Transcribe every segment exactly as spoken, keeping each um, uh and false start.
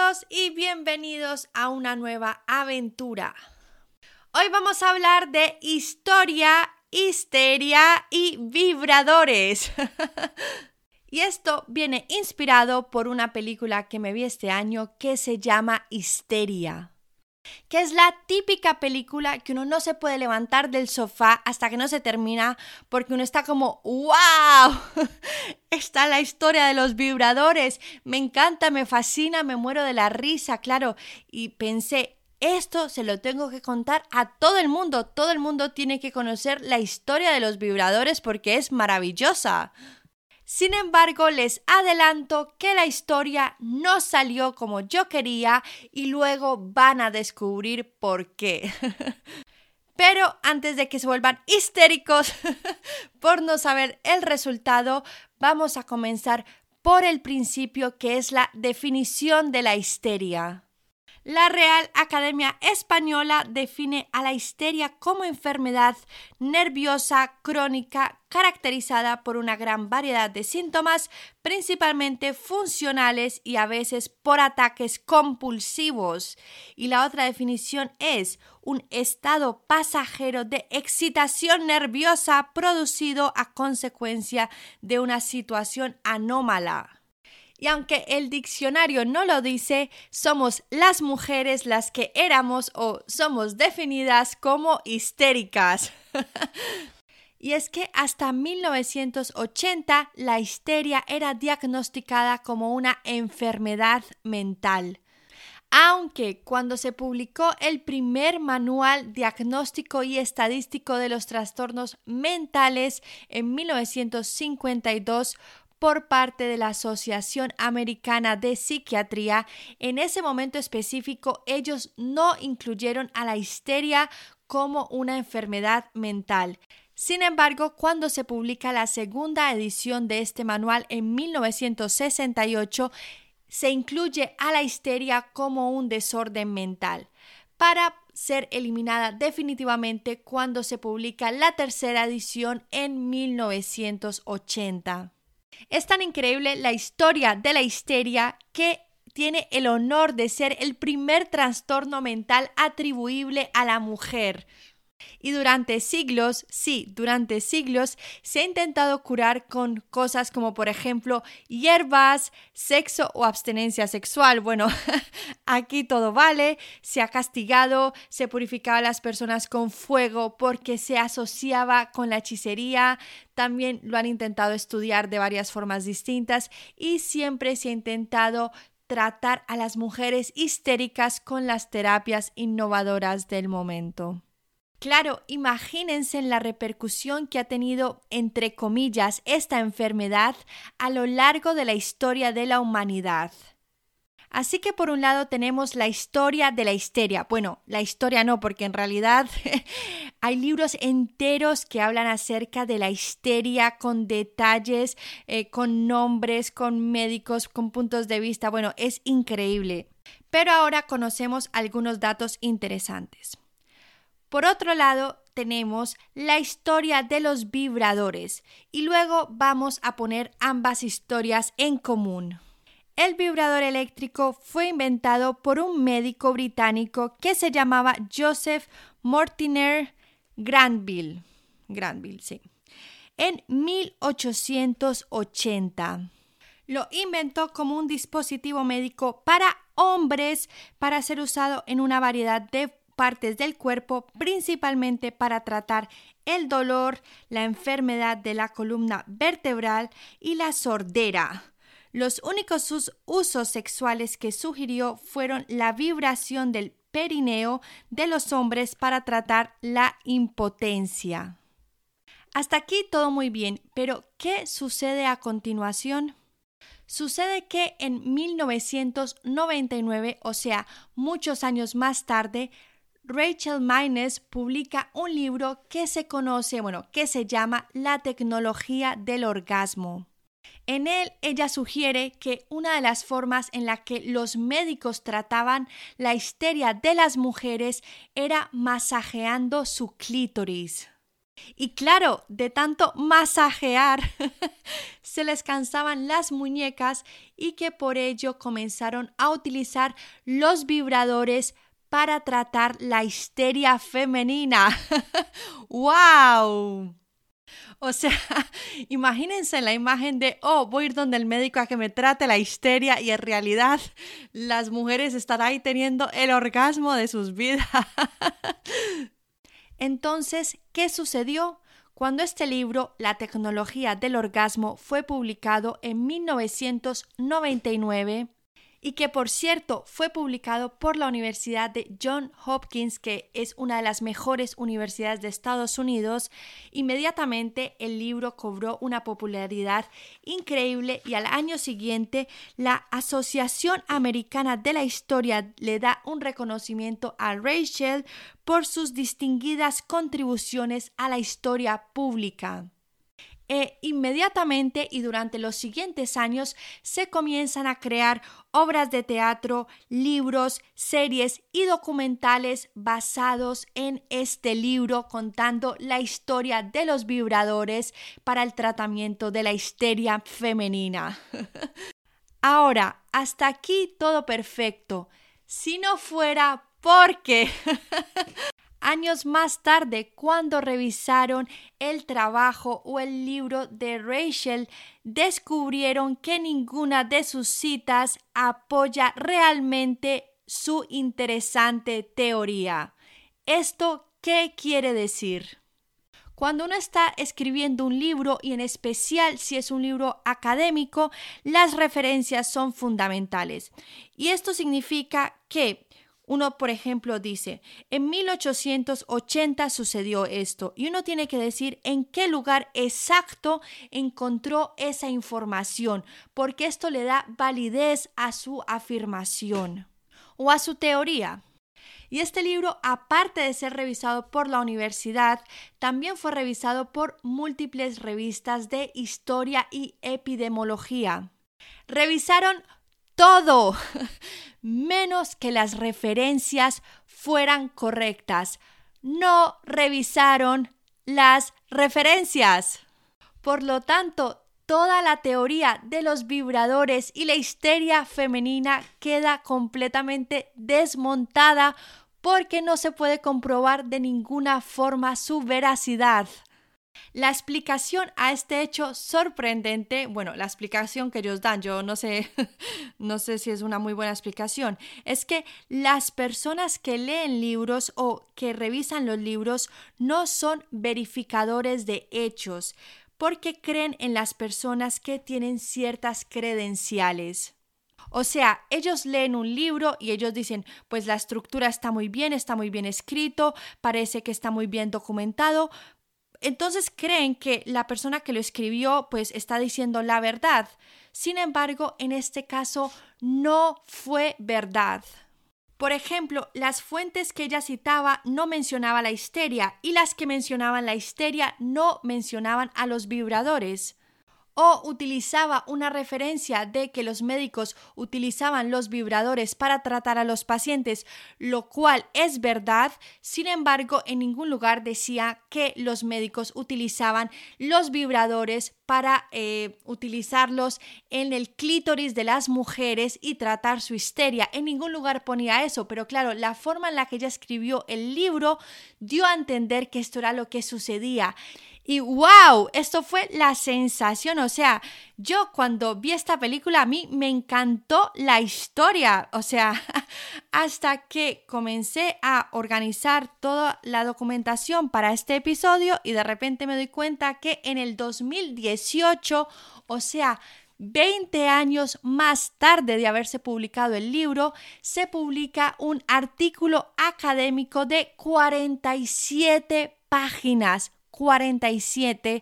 todos y bienvenidos a una nueva aventura. Hoy vamos a hablar de historia, histeria y vibradores. Y esto viene inspirado por una película que me vi este año que se llama Histeria, que es la típica película que uno no se puede levantar del sofá hasta que no se termina porque uno está como ¡wow! Está la historia de los vibradores, me encanta, me fascina, me muero de la risa, claro, y pensé, esto se lo tengo que contar a todo el mundo, todo el mundo tiene que conocer la historia de los vibradores porque es maravillosa. Sin embargo, les adelanto que la historia no salió como yo quería y luego van a descubrir por qué. Pero antes de que se vuelvan histéricos por no saber el resultado, vamos a comenzar por el principio, que es la definición de la histeria. La Real Academia Española define a la histeria como enfermedad nerviosa crónica caracterizada por una gran variedad de síntomas, principalmente funcionales y a veces por ataques compulsivos. Y la otra definición es un estado pasajero de excitación nerviosa producido a consecuencia de una situación anómala. Y aunque el diccionario no lo dice, somos las mujeres las que éramos o somos definidas como histéricas. Y es que hasta mil novecientos ochenta la histeria era diagnosticada como una enfermedad mental. Aunque cuando se publicó el primer manual diagnóstico y estadístico de los trastornos mentales en mil novecientos cincuenta y dos, por parte de la Asociación Americana de Psiquiatría, en ese momento específico ellos no incluyeron a la histeria como una enfermedad mental. Sin embargo, cuando se publica la segunda edición de este manual en mil novecientos sesenta y ocho, se incluye a la histeria como un desorden mental, para ser eliminada definitivamente cuando se publica la tercera edición en mil novecientos ochenta. Es tan increíble la historia de la histeria que tiene el honor de ser el primer trastorno mental atribuible a la mujer. Y durante siglos, sí, durante siglos se ha intentado curar con cosas como, por ejemplo, hierbas, sexo o abstenencia sexual. Bueno, aquí todo vale, se ha castigado, se purificaba a las personas con fuego porque se asociaba con la hechicería. También lo han intentado estudiar de varias formas distintas y siempre se ha intentado tratar a las mujeres histéricas con las terapias innovadoras del momento. Claro, imagínense la repercusión que ha tenido, entre comillas, esta enfermedad a lo largo de la historia de la humanidad. Así que por un lado tenemos la historia de la histeria. Bueno, la historia no, porque en realidad hay libros enteros que hablan acerca de la histeria con detalles, eh, con nombres, con médicos, con puntos de vista. Bueno, es increíble. Pero ahora conocemos algunos datos interesantes. Por otro lado, tenemos la historia de los vibradores y luego vamos a poner ambas historias en común. El vibrador eléctrico fue inventado por un médico británico que se llamaba Joseph Mortimer Granville. Granville, sí. En mil ochocientos ochenta. Lo inventó como un dispositivo médico para hombres para ser usado en una variedad de partes del cuerpo, principalmente para tratar el dolor, la enfermedad de la columna vertebral y la sordera. Los únicos us- usos sexuales que sugirió fueron la vibración del perineo de los hombres para tratar la impotencia. Hasta aquí todo muy bien, pero ¿qué sucede a continuación? Sucede que en mil novecientos noventa y nueve, o sea, muchos años más tarde, Rachel Maynes publica un libro que se conoce, bueno, que se llama La tecnología del orgasmo. En él, ella sugiere que una de las formas en la que los médicos trataban la histeria de las mujeres era masajeando su clítoris. Y claro, de tanto masajear, se les cansaban las muñecas y que por ello comenzaron a utilizar los vibradores para tratar la histeria femenina. ¡Wow! O sea, imagínense la imagen de, oh, voy a ir donde el médico a que me trate la histeria y en realidad las mujeres estarán ahí teniendo el orgasmo de sus vidas. Entonces, ¿qué sucedió? Cuando este libro, La tecnología del orgasmo, fue publicado en mil novecientos noventa y nueve, y que por cierto fue publicado por la Universidad de Johns Hopkins, que es una de las mejores universidades de Estados Unidos, inmediatamente el libro cobró una popularidad increíble y al año siguiente la Asociación Americana de la Historia le da un reconocimiento a Rachel por sus distinguidas contribuciones a la historia pública. E inmediatamente y durante los siguientes años se comienzan a crear obras de teatro, libros, series y documentales basados en este libro contando la historia de los vibradores para el tratamiento de la histeria femenina. Ahora, hasta aquí todo perfecto. Si no fuera porque... Años más tarde, cuando revisaron el trabajo o el libro de Rachel, descubrieron que ninguna de sus citas apoya realmente su interesante teoría. ¿Esto qué quiere decir? Cuando uno está escribiendo un libro, y en especial si es un libro académico, las referencias son fundamentales. Y esto significa que uno, por ejemplo, dice, en mil ochocientos ochenta sucedió esto, y uno tiene que decir en qué lugar exacto encontró esa información, porque esto le da validez a su afirmación o a su teoría. Y este libro, aparte de ser revisado por la universidad, también fue revisado por múltiples revistas de historia y epidemiología. Revisaron todo, menos que las referencias fueran correctas. No revisaron las referencias. Por lo tanto, toda la teoría de los vibradores y la histeria femenina queda completamente desmontada porque no se puede comprobar de ninguna forma su veracidad. La explicación a este hecho sorprendente, bueno, la explicación que ellos dan, yo no sé, no sé si es una muy buena explicación, es que las personas que leen libros o que revisan los libros no son verificadores de hechos, porque creen en las personas que tienen ciertas credenciales. O sea, ellos leen un libro y ellos dicen, pues la estructura está muy bien, está muy bien escrito, parece que está muy bien documentado. Entonces creen que la persona que lo escribió pues está diciendo la verdad. Sin embargo, en este caso no fue verdad. Por ejemplo, las fuentes que ella citaba no mencionaban la histeria y las que mencionaban la histeria no mencionaban a los vibradores. O utilizaba una referencia de que los médicos utilizaban los vibradores para tratar a los pacientes, lo cual es verdad. Sin embargo, en ningún lugar decía que los médicos utilizaban los vibradores para eh, utilizarlos en el clítoris de las mujeres y tratar su histeria. En ningún lugar ponía eso, pero claro, la forma en la que ella escribió el libro dio a entender que esto era lo que sucedía. Y wow, esto fue la sensación, o sea, yo cuando vi esta película a mí me encantó la historia, o sea, hasta que comencé a organizar toda la documentación para este episodio y de repente me doy cuenta que en el dos mil dieciocho, o sea, veinte años más tarde de haberse publicado el libro, se publica un artículo académico de cuarenta y siete páginas. cuarenta y siete,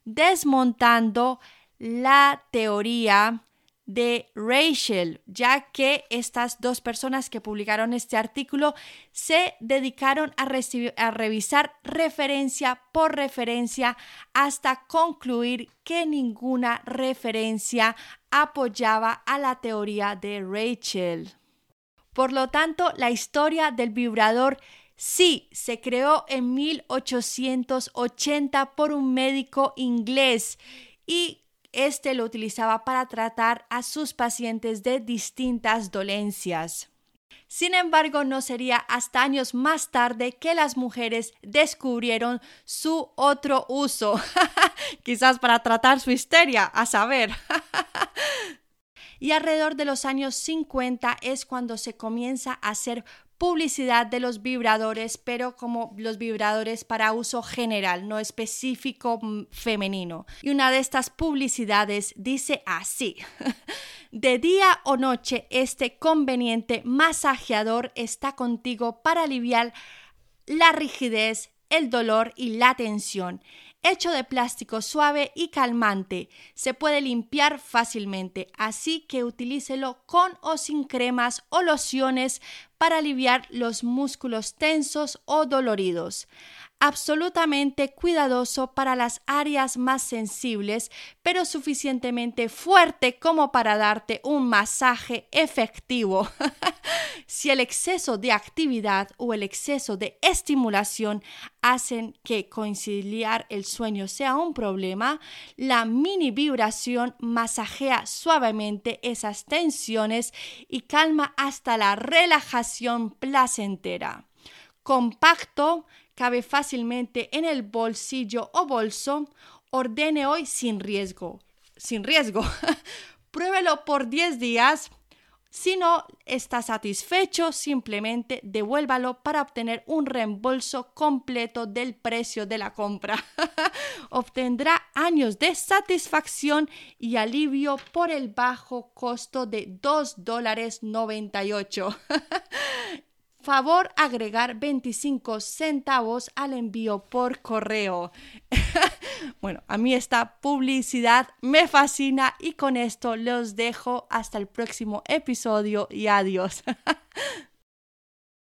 desmontando la teoría de Rachel, ya que estas dos personas que publicaron este artículo se dedicaron a, recibir, a revisar referencia por referencia hasta concluir que ninguna referencia apoyaba a la teoría de Rachel. Por lo tanto, la historia del vibrador Sí, se creó en mil ochocientos ochenta por un médico inglés y este lo utilizaba para tratar a sus pacientes de distintas dolencias. Sin embargo, no sería hasta años más tarde que las mujeres descubrieron su otro uso, quizás para tratar su histeria, a saber. Y alrededor de los años cincuenta es cuando se comienza a hacer publicidad de los vibradores, pero como los vibradores para uso general, no específico femenino. Y una de estas publicidades dice así: de día o noche, este conveniente masajeador está contigo para aliviar la rigidez, el dolor y la tensión. Hecho de plástico suave y calmante, se puede limpiar fácilmente, así que utilícelo con o sin cremas o lociones para aliviar los músculos tensos o doloridos. Absolutamente cuidadoso para las áreas más sensibles, pero suficientemente fuerte como para darte un masaje efectivo. Si el exceso de actividad o el exceso de estimulación hacen que conciliar el sueño sea un problema, la mini vibración masajea suavemente esas tensiones y calma hasta la relajación placentera. Compacto, cabe fácilmente en el bolsillo o bolso. Ordene hoy sin riesgo. Sin riesgo. Pruébelo por diez días. Si no está satisfecho, simplemente devuélvalo para obtener un reembolso completo del precio de la compra. Obtendrá años de satisfacción y alivio por el bajo costo de dos dólares noventa y ocho. Favor agregar veinticinco centavos al envío por correo. Bueno, a mí esta publicidad me fascina y con esto los dejo hasta el próximo episodio y adiós.